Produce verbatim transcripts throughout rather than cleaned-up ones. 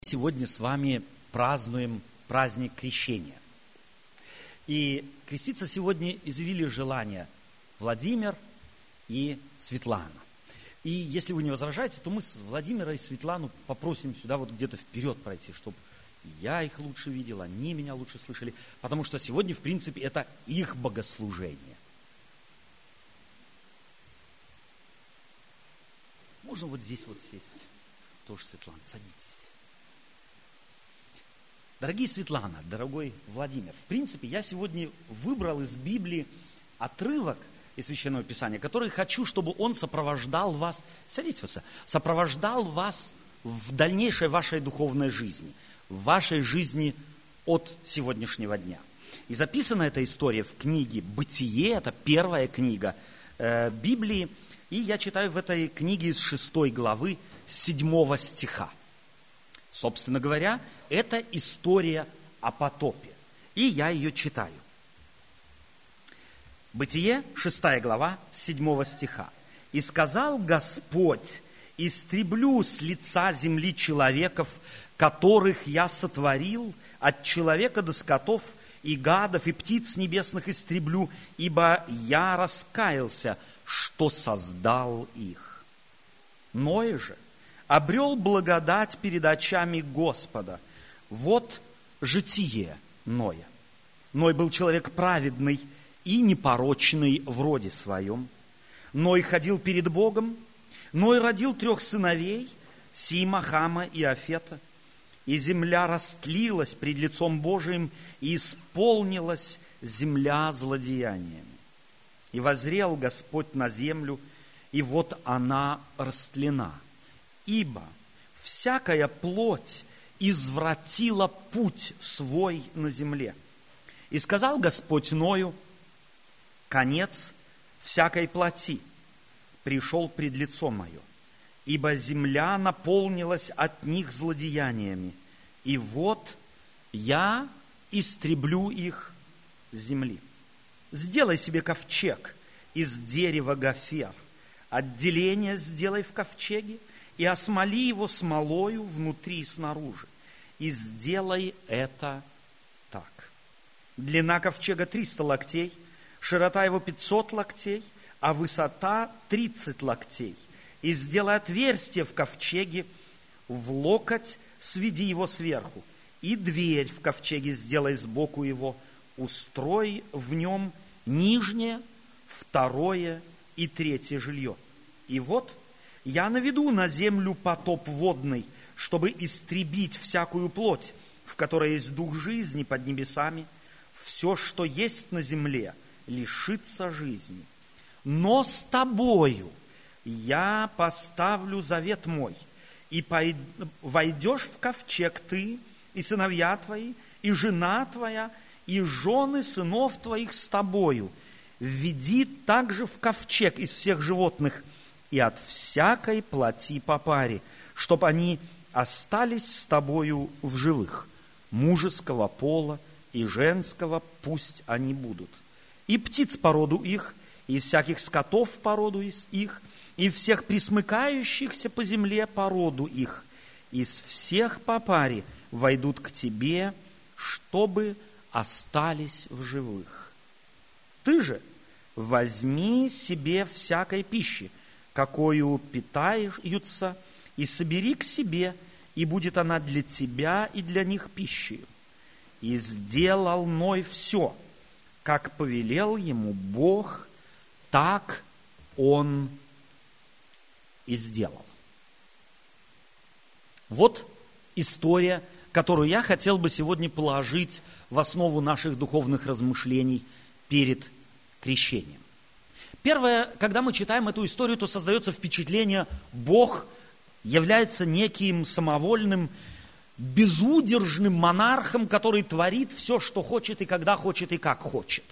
Сегодня с вами празднуем праздник крещения. И креститься сегодня изъявили желание Владимир и Светлана. И если вы не возражаете, то мы с Владимира и Светлану попросим сюда вот где-то вперед пройти, чтобы я их лучше видел, они меня лучше слышали, потому что сегодня, в принципе, это их богослужение. Можно вот здесь вот сесть. Тоже, Светлана, садитесь. Дорогие Светлана, дорогой Владимир, в принципе, я сегодня выбрал из Библии отрывок из Священного Писания, который хочу, чтобы он сопровождал вас, садитесь вот, сопровождал вас в дальнейшей вашей духовной жизни, в вашей жизни от сегодняшнего дня. И записана эта история в книге «Бытие», это первая книга э, Библии, и я читаю в этой книге из шестой главы, седьмого стиха. Собственно говоря, это история о потопе. И я ее читаю. Бытие, шестая глава, седьмого стиха. «И сказал Господь: истреблю с лица земли человеков, которых я сотворил, от человека до скотов, и гадов, и птиц небесных истреблю, ибо я раскаялся, что создал их. Ной же обрел благодать перед очами Господа». Вот житие Ноя. Ной был человек праведный и непорочный в роде своем. Ной ходил перед Богом. Ной родил трех сыновей, Сима, Хама и Афета. И земля растлилась пред лицом Божиим, и исполнилась земля злодеяниями. И воззрел Господь на землю, и вот она растлена. Ибо всякая плоть извратила путь свой на земле. И сказал Господь Ною: конец всякой плоти пришел пред лицо мое, ибо земля наполнилась от них злодеяниями, и вот я истреблю их с земли. Сделай себе ковчег из дерева гофер, отделение сделай в ковчеге, и осмоли его смолою внутри и снаружи. И сделай это так. Длина ковчега триста локтей, широта его пятьсот локтей, а высота тридцать локтей. И сделай отверстие в ковчеге, в локоть сведи его сверху. И дверь в ковчеге сделай сбоку его, устрой в нем нижнее, второе и третье жилье. И вот я наведу на землю потоп водный, чтобы истребить всякую плоть, в которой есть дух жизни под небесами. Все, что есть на земле, лишится жизни. Но с тобою я поставлю завет мой, и войдешь в ковчег ты, и сыновья твои, и жена твоя, и жены сынов твоих с тобою. Введи также в ковчег из всех животных и от всякой плоти по паре, чтобы они остались с тобою в живых. Мужеского пола и женского пусть они будут. И птиц по роду их, и всяких скотов по роду их, и всех присмыкающихся по земле по роду их. Из всех по паре войдут к тебе, чтобы остались в живых. Ты же возьми себе всякой пищи, какою питаются, и собери к себе, и будет она для тебя и для них пищей. И сделал Ной все, как повелел ему Бог, так он и сделал. Вот история, которую я хотел бы сегодня положить в основу наших духовных размышлений перед крещением. Первое, когда мы читаем эту историю, то создается впечатление, Бог является неким самовольным, безудержным монархом, который творит все, что хочет, и когда хочет, и как хочет.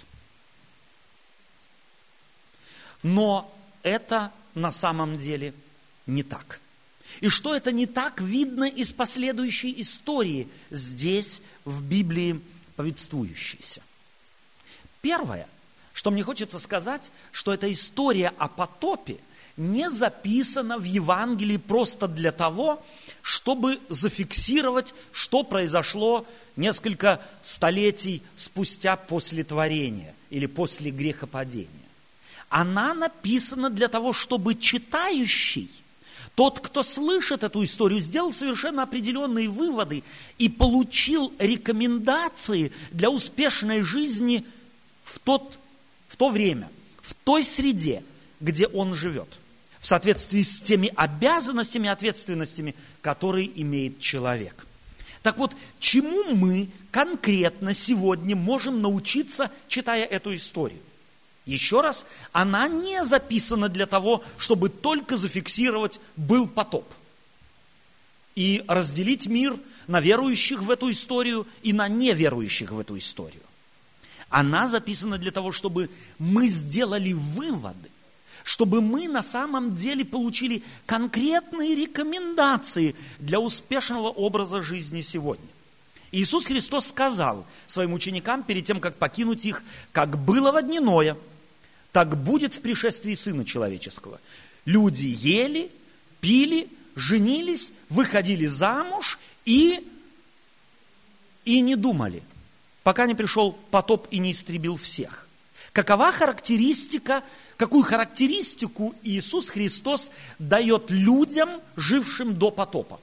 Но это на самом деле не так. И что это не так, видно из последующей истории, здесь в Библии повествующейся. Первое, что мне хочется сказать, что эта история о потопе не записано в Евангелии просто для того, чтобы зафиксировать, что произошло несколько столетий спустя после творения или после грехопадения. Она написана для того, чтобы читающий, тот, кто слышит эту историю, сделал совершенно определенные выводы и получил рекомендации для успешной жизни в, тот, в то время, в той среде, где он живет, в соответствии с теми обязанностями, ответственностями, которые имеет человек. Так вот, чему мы конкретно сегодня можем научиться, читая эту историю? Еще раз, она не записана для того, чтобы только зафиксировать «был потоп» и разделить мир на верующих в эту историю и на неверующих в эту историю. Она записана для того, чтобы мы сделали выводы, чтобы мы на самом деле получили конкретные рекомендации для успешного образа жизни сегодня. Иисус Христос сказал своим ученикам перед тем, как покинуть их: «Как было во дни Ноя, так будет в пришествии Сына Человеческого. Люди ели, пили, женились, выходили замуж и, и не думали, пока не пришел потоп и не истребил всех». Какова характеристика, какую характеристику Иисус Христос дает людям, жившим до потопа?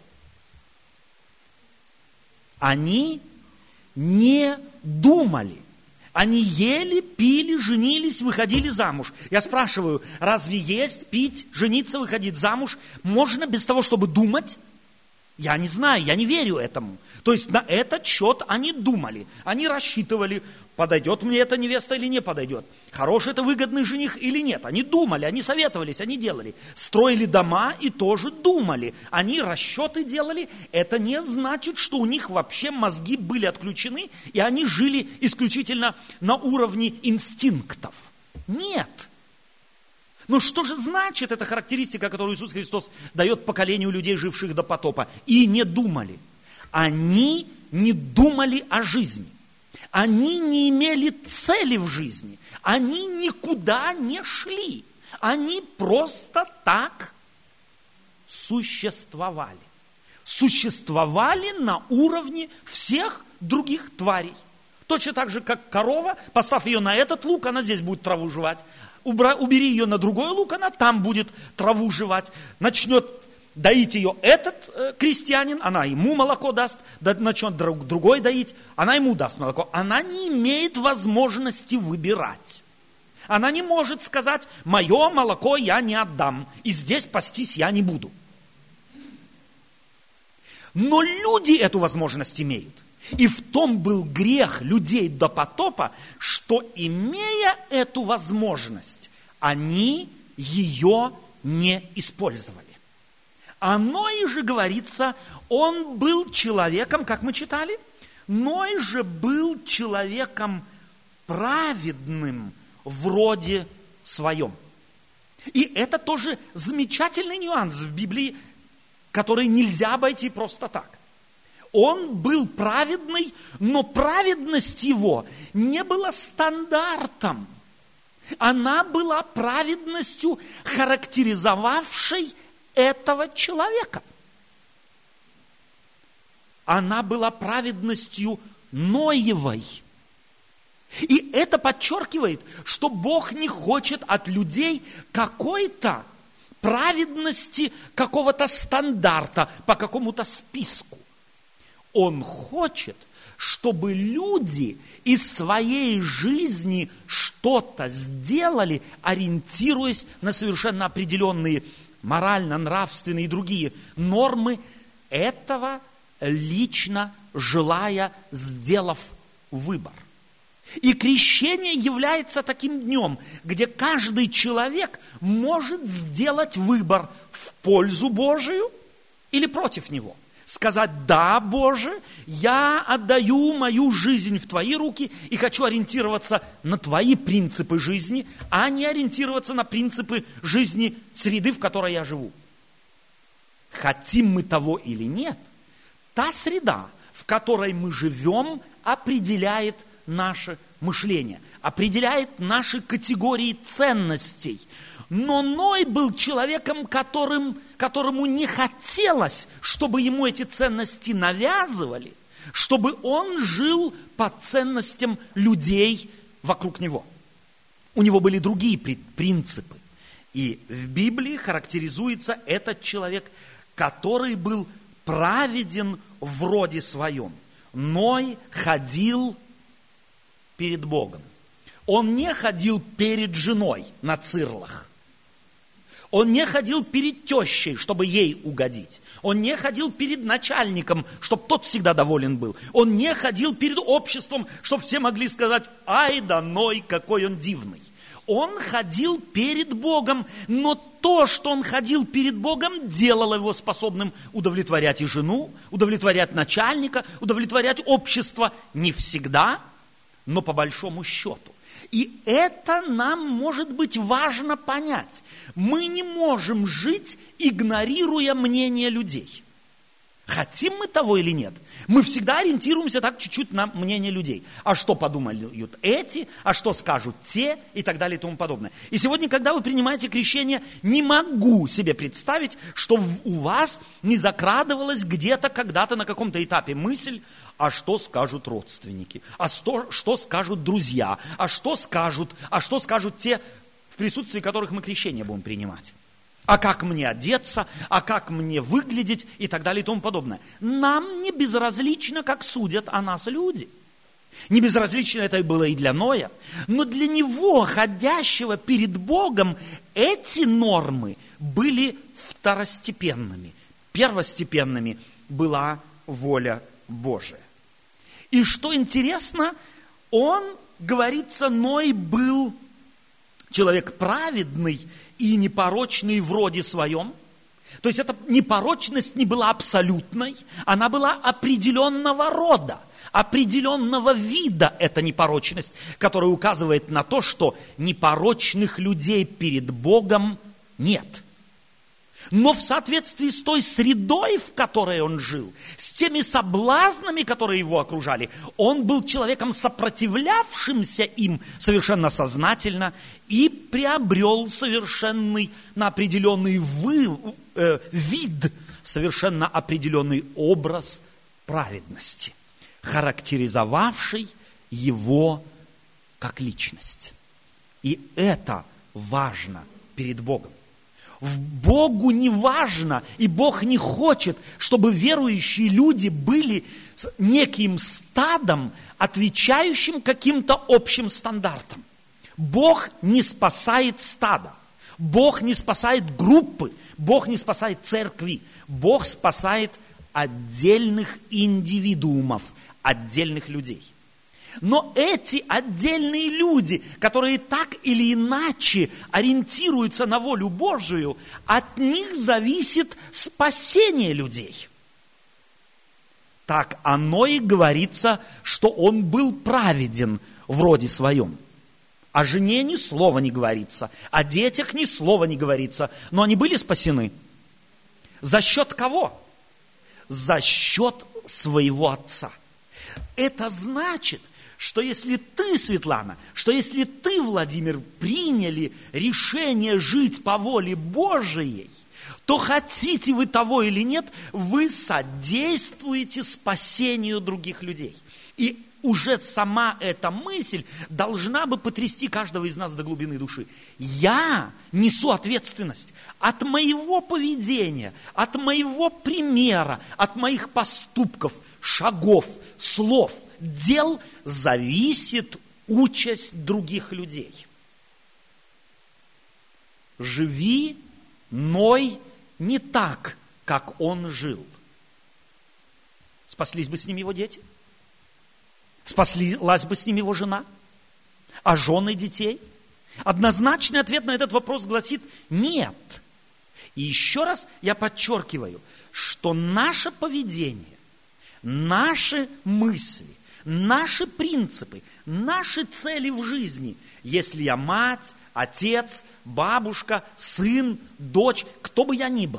Они не думали. Они ели, пили, женились, выходили замуж. Я спрашиваю, разве есть, пить, жениться, выходить замуж можно без того, чтобы думать? Я не знаю, я не верю этому. То есть на этот счет они думали, они рассчитывали, подойдет мне эта невеста или не подойдет, хороший это выгодный жених или нет. Они думали, они советовались, они делали. Строили дома и тоже думали. Они расчеты делали. Это не значит, что у них вообще мозги были отключены, и они жили исключительно на уровне инстинктов. Нет. Но что же значит эта характеристика, которую Иисус Христос дает поколению людей, живших до потопа? И не думали. Они не думали о жизни. Они не имели цели в жизни. Они никуда не шли. Они просто так существовали. Существовали на уровне всех других тварей. Точно так же, как корова, поставь ее на этот луг, она здесь будет траву жевать. Убери ее на другой луг, она там будет траву жевать. Начнет доить ее этот э, крестьянин, она ему молоко даст. Начнет друг, другой доить, она ему даст молоко. Она не имеет возможности выбирать. Она не может сказать: мое молоко я не отдам, и здесь пастись я не буду. Но люди эту возможность имеют. И в том был грех людей до потопа, что, имея эту возможность, они ее не использовали. О Ное же говорится, он был человеком, как мы читали, Ной же был человеком праведным в роде своем. И это тоже замечательный нюанс в Библии, который нельзя обойти просто так. Он был праведный, но праведность его не была стандартом. Она была праведностью, характеризовавшей этого человека. Она была праведностью Ноевой. И это подчеркивает, что Бог не хочет от людей какой-то праведности, какого-то стандарта, по какому-то списку. Он хочет, чтобы люди из своей жизни что-то сделали, ориентируясь на совершенно определенные морально-нравственные и другие нормы, этого лично желая, сделав выбор. И крещение является таким днем, где каждый человек может сделать выбор в пользу Божию или против него. Сказать: да, Боже, я отдаю мою жизнь в Твои руки и хочу ориентироваться на Твои принципы жизни, а не ориентироваться на принципы жизни среды, в которой я живу. Хотим мы того или нет, та среда, в которой мы живем, определяет наше мышление, определяет наши категории ценностей. Но Ной был человеком, которым, которому не хотелось, чтобы ему эти ценности навязывали, чтобы он жил по ценностям людей вокруг него. У него были другие принципы. И в Библии характеризуется этот человек, который был праведен в роде своем. Ной ходил перед Богом. Он не ходил перед женой на цирлах. Он не ходил перед тещей, чтобы ей угодить. Он не ходил перед начальником, чтобы тот всегда доволен был. Он не ходил перед обществом, чтобы все могли сказать: ай да Ной, какой он дивный. Он ходил перед Богом, но то, что он ходил перед Богом, делало его способным удовлетворять и жену, удовлетворять начальника, удовлетворять общество. Не всегда, но по большому счету. И это нам может быть важно понять. Мы не можем жить, игнорируя мнение людей. Хотим мы того или нет, мы всегда ориентируемся так чуть-чуть на мнение людей. А что подумают эти, а что скажут те, и так далее и тому подобное. И сегодня, когда вы принимаете крещение, не могу себе представить, что у вас не закрадывалась где-то, когда-то на каком-то этапе мысль: а что скажут родственники, а что, что скажут друзья, а что скажут, а что скажут те, в присутствии которых мы крещение будем принимать. А как мне одеться, а как мне выглядеть и так далее и тому подобное. Нам не безразлично, как судят о нас люди. Не безразлично это было и для Ноя. Но для него, ходящего перед Богом, эти нормы были второстепенными. Первостепенными была воля Божия. И что интересно, он, говорится, Ной был человек праведный и непорочный в роде своем. То есть эта непорочность не была абсолютной, она была определенного рода, определенного вида эта непорочность, которая указывает на то, что непорочных людей перед Богом нет. Но в соответствии с той средой, в которой он жил, с теми соблазнами, которые его окружали, он был человеком, сопротивлявшимся им совершенно сознательно и приобрел совершенный на определенный вы, э, вид, совершенно определенный образ праведности, характеризовавший его как личность. И это важно перед Богом. В Богу не важно, и Бог не хочет, чтобы верующие люди были неким стадом, отвечающим каким-то общим стандартам. Бог не спасает стадо, Бог не спасает группы, Бог не спасает церкви, Бог спасает отдельных индивидуумов, отдельных людей. Но эти отдельные люди, которые так или иначе ориентируются на волю Божию, от них зависит спасение людей. Так оно и говорится, что он был праведен в роде своем. О жене ни слова не говорится, о детях ни слова не говорится, но они были спасены. За счет кого? За счет своего отца. Это значит, что если ты, Светлана, что если ты, Владимир, приняли решение жить по воле Божией, то хотите вы того или нет, вы содействуете спасению других людей. И уже сама эта мысль должна бы потрясти каждого из нас до глубины души. Я несу ответственность от моего поведения, от моего примера, от моих поступков, шагов, слов, дел зависит участь других людей. Живи, Ной, не так, как он жил. Спаслись бы с ним его дети? Спаслась бы с ним его жена? А жены детей? Однозначный ответ на этот вопрос гласит нет. И еще раз я подчеркиваю, что наше поведение, наши мысли, наши принципы, наши цели в жизни, если я мать, отец, бабушка, сын, дочь, кто бы я ни был,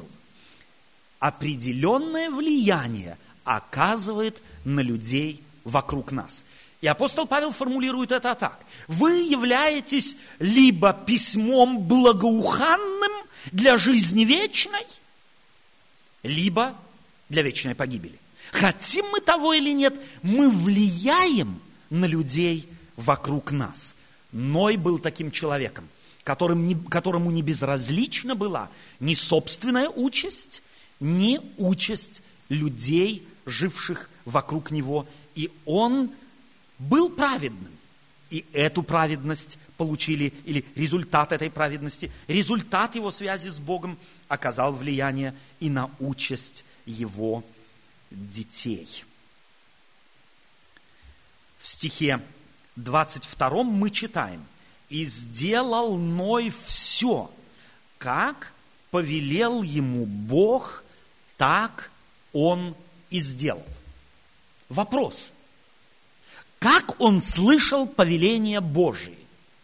определенное влияние оказывает на людей вокруг нас. И апостол Павел формулирует это так. Вы являетесь либо письмом благоуханным для жизни вечной, либо для вечной погибели. Хотим мы того или нет, мы влияем на людей вокруг нас. Ной был таким человеком, которым не, которому не безразлична была ни собственная участь, ни участь людей, живших вокруг него. И он был праведным. И эту праведность получили, или результат этой праведности, результат его связи с Богом оказал влияние и на участь его детей. В стихе двадцать втором мы читаем: «И сделал Ной все, как повелел ему Бог, так он и сделал». Вопрос: как он слышал повеления Божии?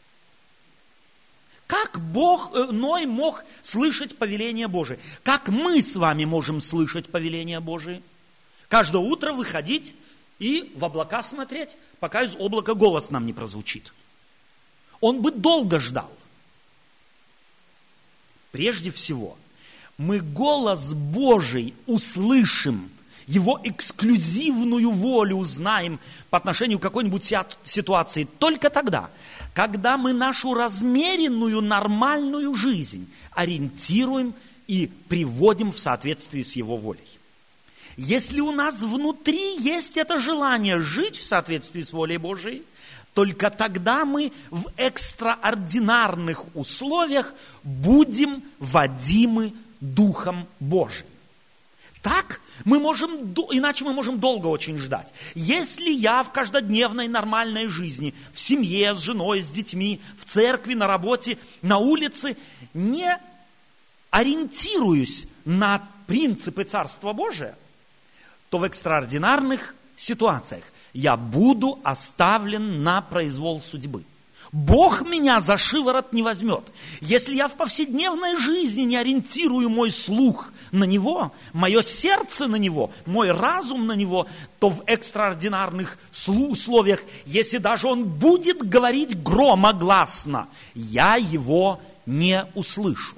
Как Бог, Ной мог слышать повеления Божии? Как мы с вами можем слышать повеления Божии? Каждое утро выходить и в облака смотреть, пока из облака голос нам не прозвучит. Он бы долго ждал. Прежде всего, мы голос Божий услышим, Его эксклюзивную волю узнаем по отношению к какой-нибудь ситуации только тогда, когда мы нашу размеренную нормальную жизнь ориентируем и приводим в соответствии с Его волей. Если у нас внутри есть это желание жить в соответствии с волей Божией, только тогда мы в экстраординарных условиях будем водимы Духом Божиим. Так мы можем, иначе мы можем долго очень ждать. Если я в каждодневной нормальной жизни, в семье, с женой, с детьми, в церкви, на работе, на улице, не ориентируюсь на принципы Царства Божия, то в экстраординарных ситуациях я буду оставлен на произвол судьбы. Бог меня за шиворот не возьмет. Если я в повседневной жизни не ориентирую мой слух на Него, мое сердце на Него, мой разум на Него, то в экстраординарных условиях, если даже Он будет говорить громогласно, я Его не услышу.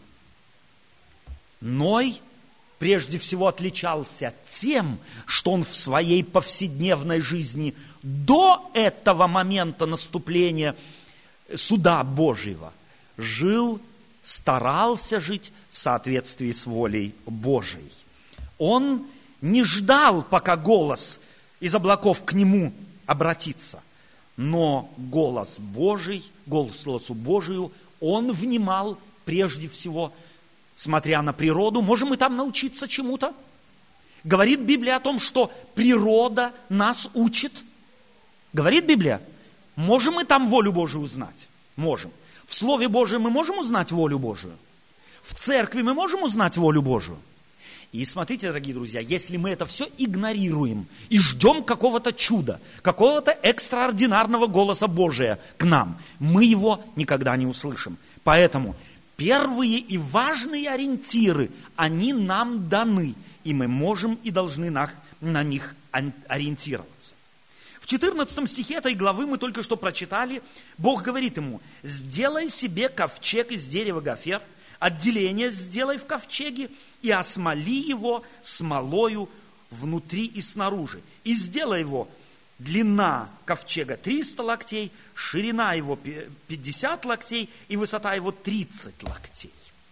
Ной прежде всего отличался тем, что он в своей повседневной жизни до этого момента наступления суда Божьего жил, старался жить в соответствии с волей Божией. Он не ждал, пока голос из облаков к нему обратится, но голос Божий, голосу Божию он внимал прежде всего, смотря на природу. Можем мы там научиться чему-то? Говорит Библия о том, что природа нас учит. Говорит Библия? Можем мы там волю Божию узнать? Можем. В Слове Божьем мы можем узнать волю Божию? В церкви мы можем узнать волю Божию? И смотрите, дорогие друзья, если мы это все игнорируем и ждем какого-то чуда, какого-то экстраординарного голоса Божия к нам, мы его никогда не услышим. Поэтому первые и важные ориентиры, они нам даны, и мы можем и должны на, на них ориентироваться. В четырнадцатом стихе этой главы мы только что прочитали, Бог говорит ему: сделай себе ковчег из дерева гофер, отделение сделай в ковчеге и осмоли его смолою внутри и снаружи. И сделай его, длина ковчега триста локтей, ширина его пятьдесят локтей и высота его тридцать локтей.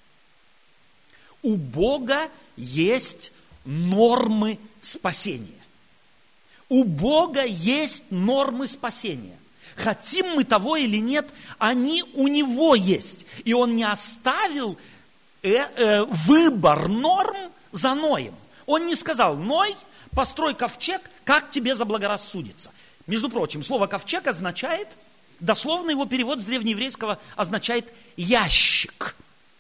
У Бога есть нормы спасения. У Бога есть нормы спасения. Хотим мы того или нет, они у Него есть. И Он не оставил э, э, выбор норм за Ноем. Он не сказал: Ной, построй ковчег, как тебе заблагорассудится. Между прочим, слово ковчег означает, дословно его перевод с древнееврейского означает ящик.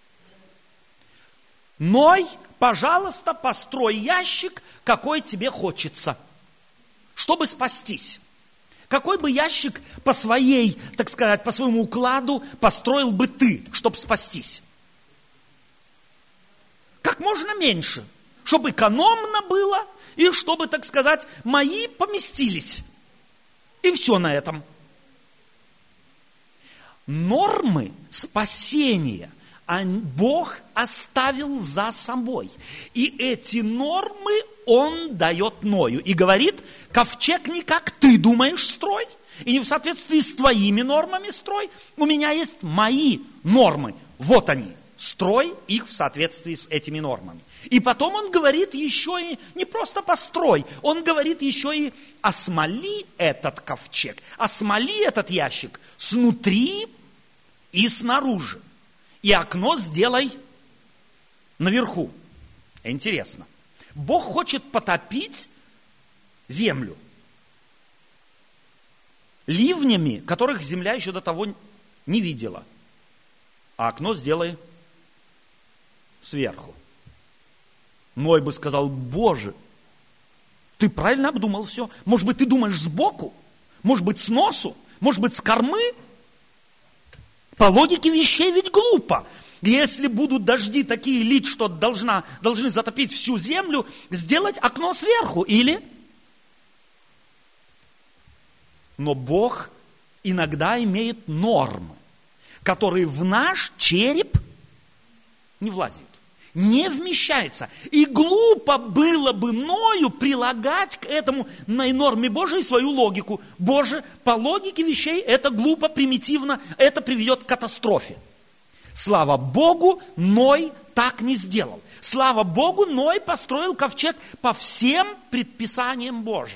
Ной, пожалуйста, построй ящик, какой тебе хочется, чтобы спастись. Какой бы ящик по своей, так сказать, по своему укладу построил бы ты, чтобы спастись? Как можно меньше, чтобы экономно было и чтобы, так сказать, мои поместились. И все на этом. Нормы спасения Бог оставил за собой. И эти нормы Он дает Ною. И говорит, ковчег не как ты думаешь строй, и не в соответствии с твоими нормами строй. У меня есть мои нормы. Вот они. Строй их в соответствии с этими нормами. И потом он говорит еще и не просто построй, он говорит еще и осмоли этот ковчег, осмоли этот ящик снутри и снаружи. И окно сделай наверху. Интересно. Бог хочет потопить землю ливнями, которых земля еще до того не видела. А окно сделай сверху. Ной бы сказал, Боже, ты правильно обдумал все. Может быть, ты думаешь сбоку? Может быть, с носу? Может быть, с кормы? По логике вещей ведь глупо. Если будут дожди такие лить, что должна, должны затопить всю землю, сделать окно сверху. Или? Но Бог иногда имеет нормы, которые в наш череп не влазят, не вмещаются. И глупо было бы Ною прилагать к этому на норме Божией свою логику. Боже, по логике вещей это глупо, примитивно, это приведет к катастрофе. Слава Богу, Ной так не сделал. Слава Богу, Ной построил ковчег по всем предписаниям Божиим.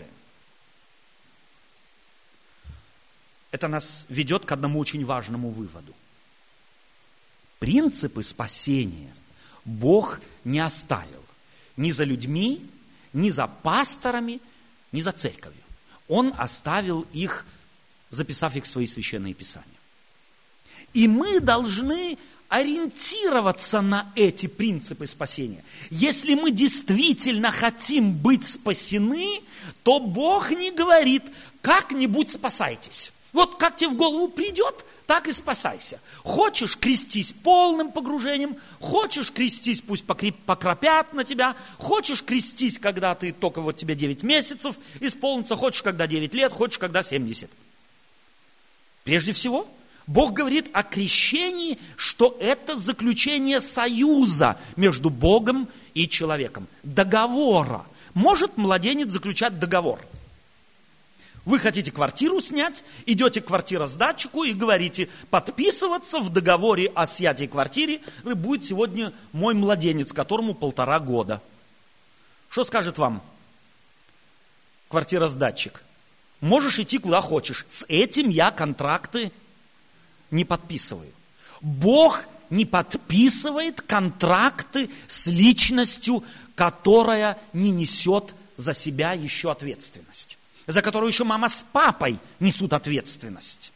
Это нас ведет к одному очень важному выводу. Принципы спасения Бог не оставил ни за людьми, ни за пасторами, ни за церковью. Он оставил их, записав их в свои священные писания. И мы должны ориентироваться на эти принципы спасения. Если мы действительно хотим быть спасены, то Бог не говорит, как-нибудь спасайтесь. Вот как тебе в голову придет, так и спасайся. Хочешь, крестись полным погружением, хочешь, крестись, пусть покропят на тебя, хочешь, крестись, когда ты только вот тебе девять месяцев исполнится, хочешь, когда девять лет, хочешь, когда семьдесят. Прежде всего, Бог говорит о крещении, что это заключение союза между Богом и человеком, договора. Может младенец заключать договор? Вы хотите квартиру снять, идете к квартиросдатчику и говорите, подписываться в договоре о снятии квартиры будет сегодня мой младенец, которому полтора года. Что скажет вам квартиросдатчик? Можешь идти куда хочешь. С этим я контракты не подписываю. Бог не подписывает контракты с личностью, которая не несет за себя еще ответственность, за которую еще мама с папой несут ответственность.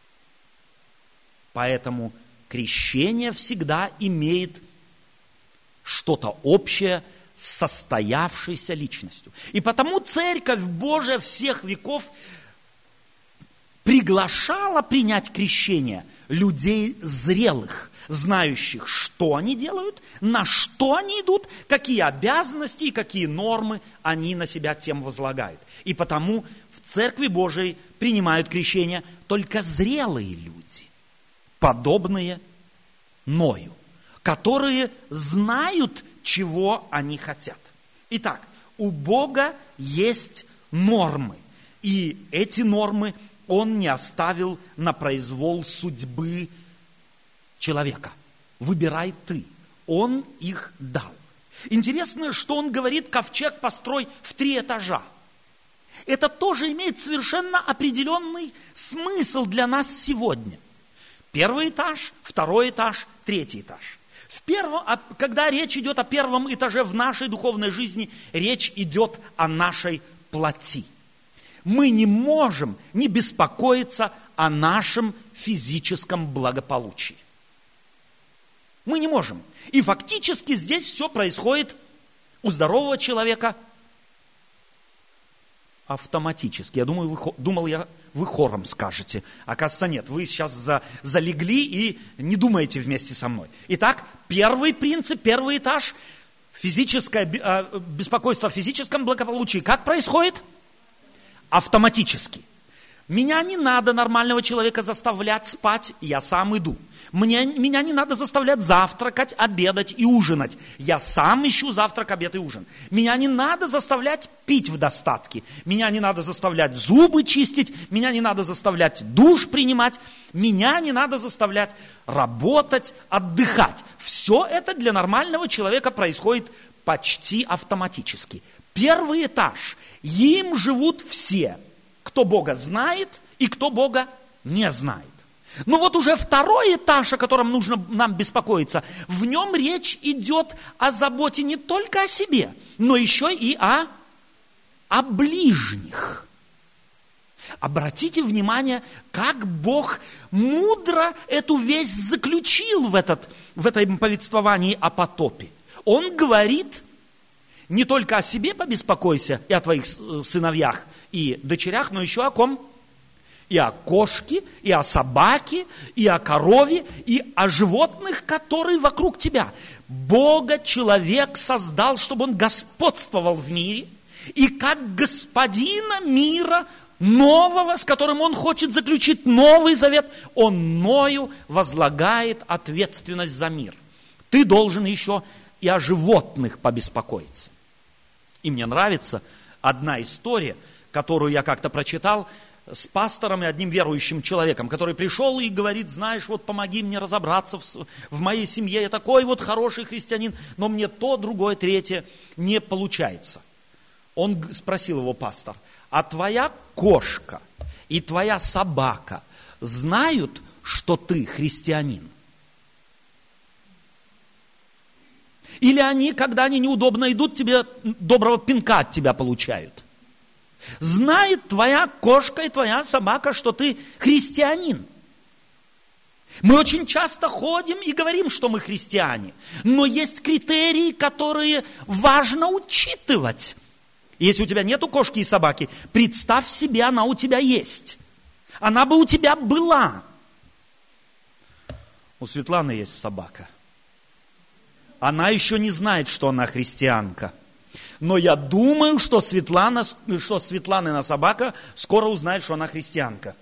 Поэтому крещение всегда имеет что-то общее с состоявшейся личностью. И потому Церковь Божия всех веков приглашала принять крещение людей зрелых, знающих, что они делают, на что они идут, какие обязанности и какие нормы они на себя тем возлагают. И потому в Церкви Божией принимают крещение только зрелые люди, подобные Ною, которые знают, чего они хотят. Итак, у Бога есть нормы, и эти нормы Он не оставил на произвол судьбы человека. Выбирай ты. Он их дал. Интересно, что он говорит, ковчег построй в три этажа. Это тоже имеет совершенно определенный смысл для нас сегодня. Первый этаж, второй этаж, третий этаж. В первом, когда речь идет о первом этаже в нашей духовной жизни, речь идет о нашей плоти. Мы не можем не беспокоиться о нашем физическом благополучии. Мы не можем. И фактически здесь все происходит у здорового человека автоматически. Я думаю, вы, думал, я, вы хором скажете. Оказывается, нет. Вы сейчас за, залегли и не думаете вместе со мной. Итак, первый принцип, первый этаж, физическое беспокойство о физическом благополучии. Как происходит? Автоматически. Меня не надо нормального человека заставлять спать, я сам иду. Мне, меня не надо заставлять завтракать, обедать и ужинать. Я сам ищу завтрак, обед и ужин. Меня не надо заставлять пить в достатке. Меня не надо заставлять зубы чистить. Меня не надо заставлять душ принимать. Меня не надо заставлять работать, отдыхать. Все это для нормального человека происходит почти автоматически. Первый этаж. Им живут все, кто Бога знает и кто Бога не знает. Но вот уже второй этаж, о котором нужно нам беспокоиться, в нем речь идет о заботе не только о себе, но еще и о, о ближних. Обратите внимание, как Бог мудро эту весть заключил в, этот, в этом повествовании о потопе. Он говорит: не только о себе побеспокойся и о твоих сыновьях и дочерях, но еще о ком? И о кошке, и о собаке, и о корове, и о животных, которые вокруг тебя. Бога человек создал, чтобы он господствовал в мире, и как господина мира нового, с которым он хочет заключить новый завет, он мною возлагает ответственность за мир. Ты должен еще и о животных побеспокоиться. И мне нравится одна история, которую я как-то прочитал, с пастором и одним верующим человеком, который пришел и говорит: знаешь, вот помоги мне разобраться в, в моей семье, я такой вот хороший христианин, но мне то, другое, третье не получается. Он спросил его, пастор: а твоя кошка и твоя собака знают, что ты христианин? Или они, когда они неудобно идут, тебе доброго пинка от тебя получают? Знает твоя кошка и твоя собака, что ты христианин. Мы очень часто ходим и говорим, что мы христиане, но есть критерии, которые важно учитывать. Если у тебя нету кошки и собаки, представь себе, она у тебя есть. Она бы у тебя была. У Светланы есть собака. Она еще не знает, что она христианка. Но я думаю, что Светлана, что Светланина собака скоро узнает, что она христианка.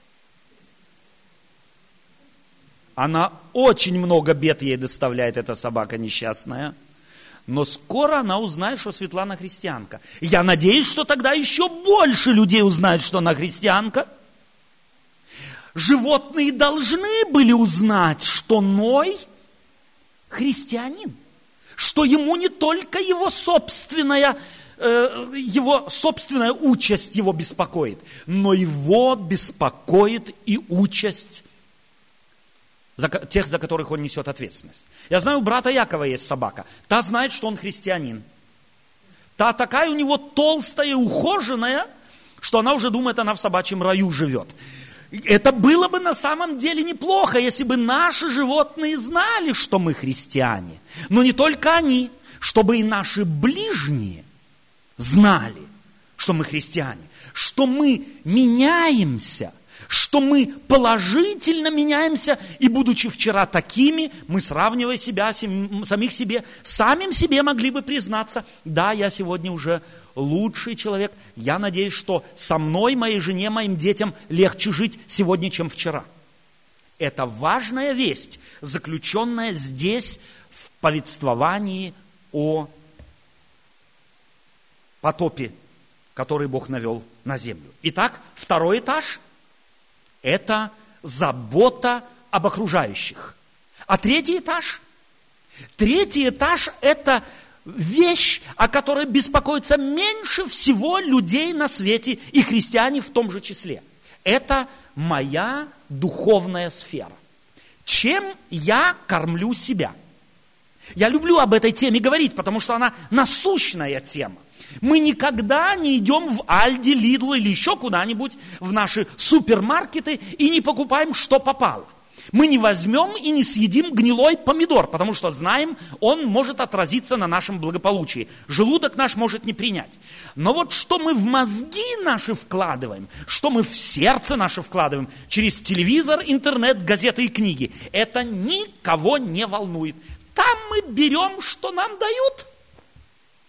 Она очень много бед ей доставляет, эта собака несчастная. Но скоро она узнает, что Светлана христианка. Я надеюсь, что тогда еще больше людей узнают, что она христианка. Животные должны были узнать, что Ной христианин. Что ему не только его собственная, э, его собственная участь его беспокоит, но его беспокоит и участь за, тех, за которых он несет ответственность. Я знаю, у брата Якова есть собака. Та знает, что он христианин. Та такая у него толстая и ухоженная, что она уже думает, она в собачьем раю живет. Это было бы на самом деле неплохо, если бы наши животные знали, что мы христиане. Но не только они, чтобы и наши ближние знали, что мы христиане, что мы меняемся, что мы положительно меняемся, и будучи вчера такими, мы, сравнивая себя, самих себе, самим себе могли бы признаться: да, я сегодня уже лучший человек, я надеюсь, что со мной, моей жене, моим детям легче жить сегодня, чем вчера. Это важная весть, заключенная здесь в повествовании о потопе, который Бог навел на землю. Итак, второй этаж – это забота об окружающих. А третий этаж? Третий этаж – это вещь, о которой беспокоится меньше всего людей на свете, и христиане в том же числе. Это моя духовная сфера. Чем я кормлю себя? Я люблю об этой теме говорить, потому что она насущная тема. Мы никогда не идем в Альди, Лидл или еще куда-нибудь в наши супермаркеты и не покупаем, что попало. Мы не возьмем и не съедим гнилой помидор, потому что знаем, он может отразиться на нашем благополучии. Желудок наш может не принять. Но вот что мы в мозги наши вкладываем, что мы в сердце наше вкладываем через телевизор, интернет, газеты и книги, это никого не волнует. Там мы берем, что нам дают.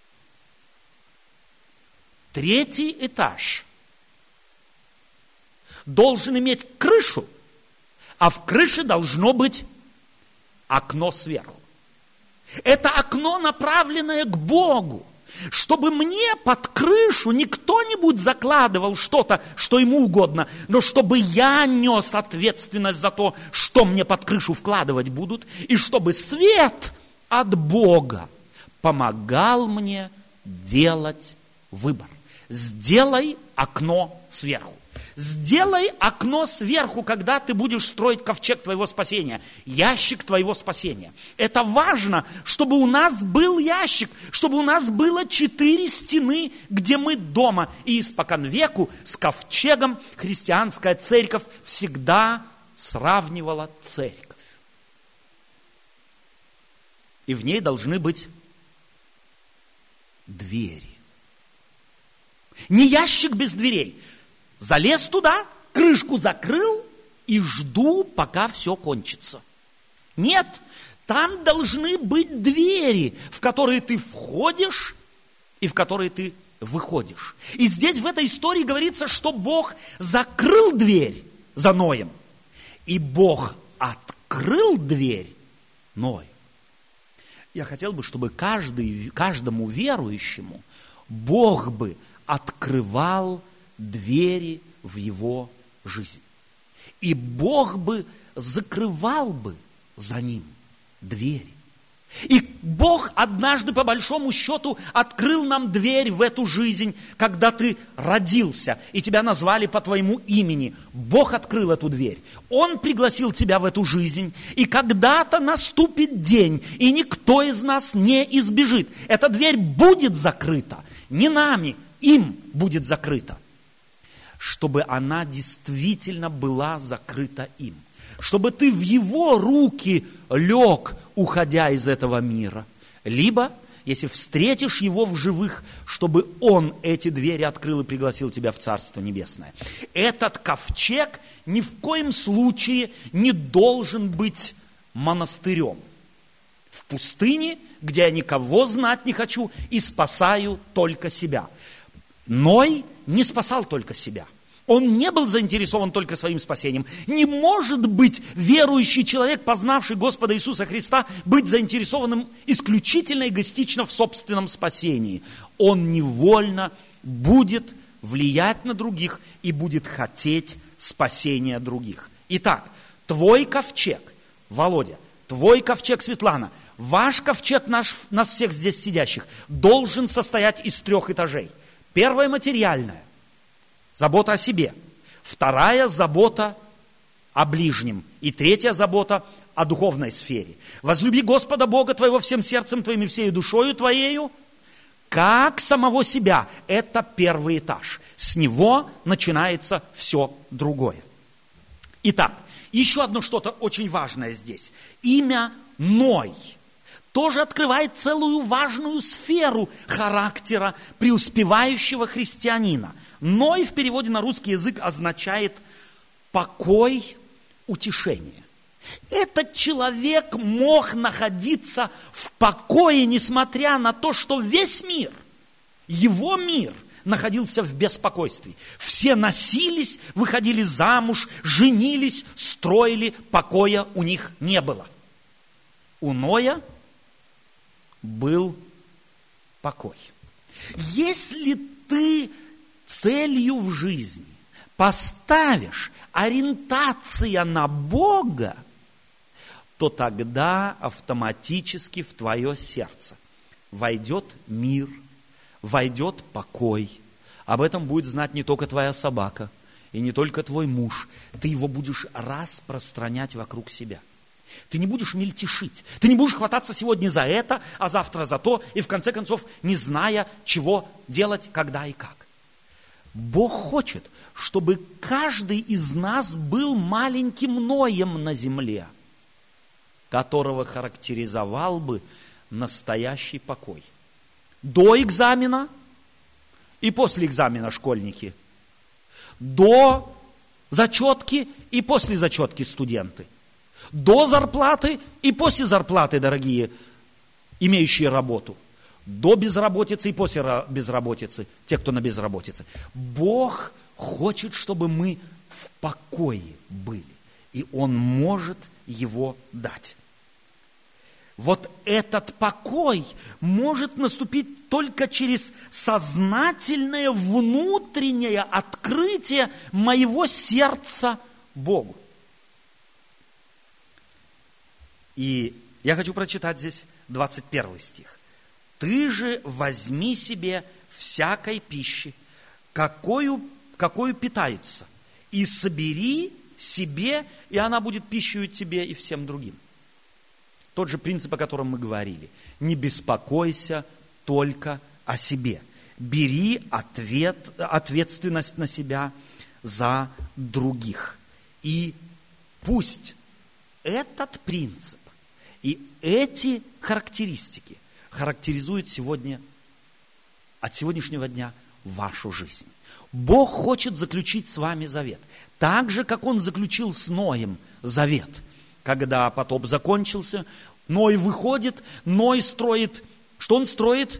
Третий этаж. должен иметь крышу, а в крыше должно быть окно сверху. Это окно, направленное к Богу, чтобы мне под крышу не кто-нибудь закладывал что-то, что ему угодно, но чтобы я нес ответственность за то, что мне под крышу вкладывать будут, и чтобы свет от Бога помогал мне делать выбор. Сделай окно сверху. Сделай окно сверху, когда ты будешь строить ковчег твоего спасения, ящик твоего спасения. Это важно, чтобы у нас был ящик, чтобы у нас было четыре стены, где мы дома. И испокон веку с ковчегом христианская церковь всегда сравнивала церковь. И в ней должны быть двери. Не ящик без дверей. Залез туда, крышку закрыл и жду, пока все кончится. Нет, там должны быть двери, в которые ты входишь и в которые ты выходишь. И здесь в этой истории говорится, что Бог закрыл дверь за Ноем, и Бог открыл дверь Ною. Я хотел бы, чтобы каждый, каждому верующему Бог бы открывал двери в его жизнь. И Бог бы закрывал бы за ним двери. И Бог однажды, по большому счету, открыл нам дверь в эту жизнь, когда ты родился, и тебя назвали по твоему имени. Бог открыл эту дверь. Он пригласил тебя в эту жизнь, и когда-то наступит день, и никто из нас не избежит. Эта дверь будет закрыта. Не нами, им будет закрыта. Чтобы она действительно была закрыта им. Чтобы ты в его руки лег, уходя из этого мира. Либо, если встретишь его в живых, чтобы он эти двери открыл и пригласил тебя в Царство Небесное. Этот ковчег ни в коем случае не должен быть монастырем. В пустыне, где я никого знать не хочу и спасаю только себя. Ной не спасал только себя. Он не был заинтересован только своим спасением. Не может быть верующий человек, познавший Господа Иисуса Христа, быть заинтересованным исключительно эгоистично в собственном спасении. Он невольно будет влиять на других и будет хотеть спасения других. Итак, твой ковчег, Володя, твой ковчег, Светлана, ваш ковчег, наш, нас всех здесь сидящих, должен состоять из трех этажей. Первое материальное. Забота о себе. Вторая забота о ближнем. И третья забота о духовной сфере. Возлюби Господа Бога твоего всем сердцем твоим и всей душою твоею, как самого себя. Это первый этаж. С него начинается все другое. Итак, еще одно что-то очень важное здесь. Имя Ной тоже открывает целую важную сферу характера преуспевающего христианина. Ной в переводе на русский язык означает покой, утешение. Этот человек мог находиться в покое, несмотря на то, что весь мир, его мир, находился в беспокойстве. Все носились, выходили замуж, женились, строили, покоя у них не было. У Ноя был покой. Если ты целью в жизни поставишь ориентация на Бога, то тогда автоматически в твое сердце войдет мир, войдет покой. Об этом будет знать не только твоя собака и не только твой муж. Ты его будешь распространять вокруг себя. Ты не будешь мельтешить. Ты не будешь хвататься сегодня за это, а завтра за то, и в конце концов не зная, чего делать, когда и как. Бог хочет, чтобы каждый из нас был маленьким Ноем на земле, которого характеризовал бы настоящий покой. До экзамена и после экзамена школьники. До зачетки и после зачетки студенты. До зарплаты и после зарплаты, дорогие, имеющие работу. До безработицы и после безработицы, те, кто на безработице. Бог хочет, чтобы мы в покое были. И Он может его дать. Вот этот покой может наступить только через сознательное внутреннее открытие моего сердца Богу. И я хочу прочитать здесь двадцать первый стих. «Ты же возьми себе всякой пищи, какую, какую питаются, и собери себе, и она будет пищей тебе и всем другим». Тот же принцип, о котором мы говорили. Не беспокойся только о себе. Бери ответ, ответственность на себя за других. И пусть этот принцип и эти характеристики характеризуют сегодня, от сегодняшнего дня вашу жизнь. Бог хочет заключить с вами завет. Так же, как Он заключил с Ноем завет. Когда потоп закончился, Ной выходит, Ной строит. Что он строит?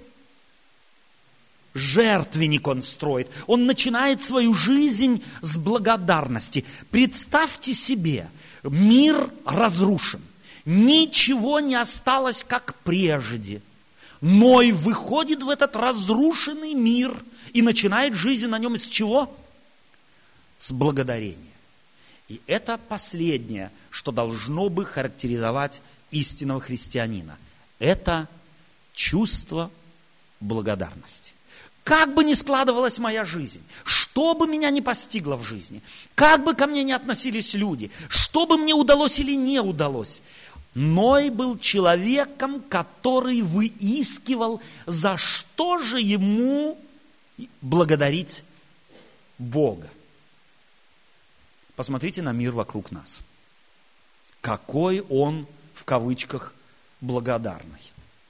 Жертвенник он строит. Он начинает свою жизнь с благодарности. Представьте себе, мир разрушен. Ничего не осталось, как прежде. Ной выходит в этот разрушенный мир и начинает жизнь на нем из чего? С благодарения. И это последнее, что должно бы характеризовать истинного христианина. Это чувство благодарности. Как бы ни складывалась моя жизнь, что бы меня ни постигло в жизни, как бы ко мне ни относились люди, что бы мне удалось или не удалось, Ной был человеком, который выискивал, за что же ему благодарить Бога. Посмотрите на мир вокруг нас. Какой он, в кавычках, благодарный.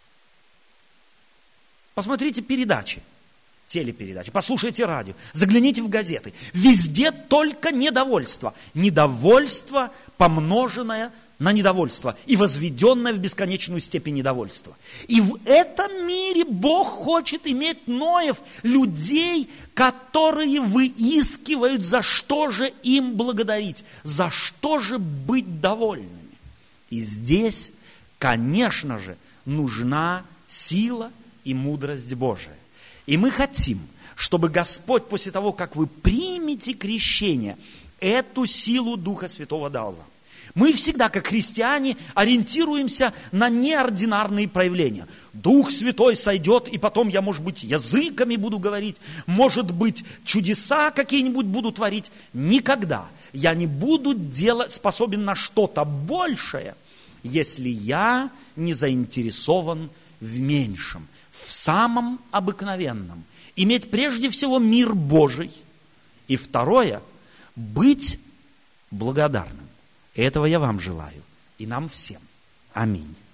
Посмотрите передачи, телепередачи, послушайте радио, загляните в газеты. Везде только недовольство. Недовольство, помноженное на недовольство и возведенное в бесконечную степень недовольства. И в этом мире Бог хочет иметь Ноев, людей, которые выискивают, за что же им благодарить, за что же быть довольными. И здесь, конечно же, нужна сила и мудрость Божия. И мы хотим, чтобы Господь после того, как вы примете крещение, эту силу Духа Святого дал вам. Мы всегда, как христиане, ориентируемся на неординарные проявления. Дух Святой сойдет, и потом я, может быть, языками буду говорить, может быть, чудеса какие-нибудь буду творить. Никогда я не буду делать, способен на что-то большее, если я не заинтересован в меньшем, в самом обыкновенном. Иметь прежде всего мир Божий. И второе, быть благодарным. Этого я вам желаю. И нам всем. Аминь.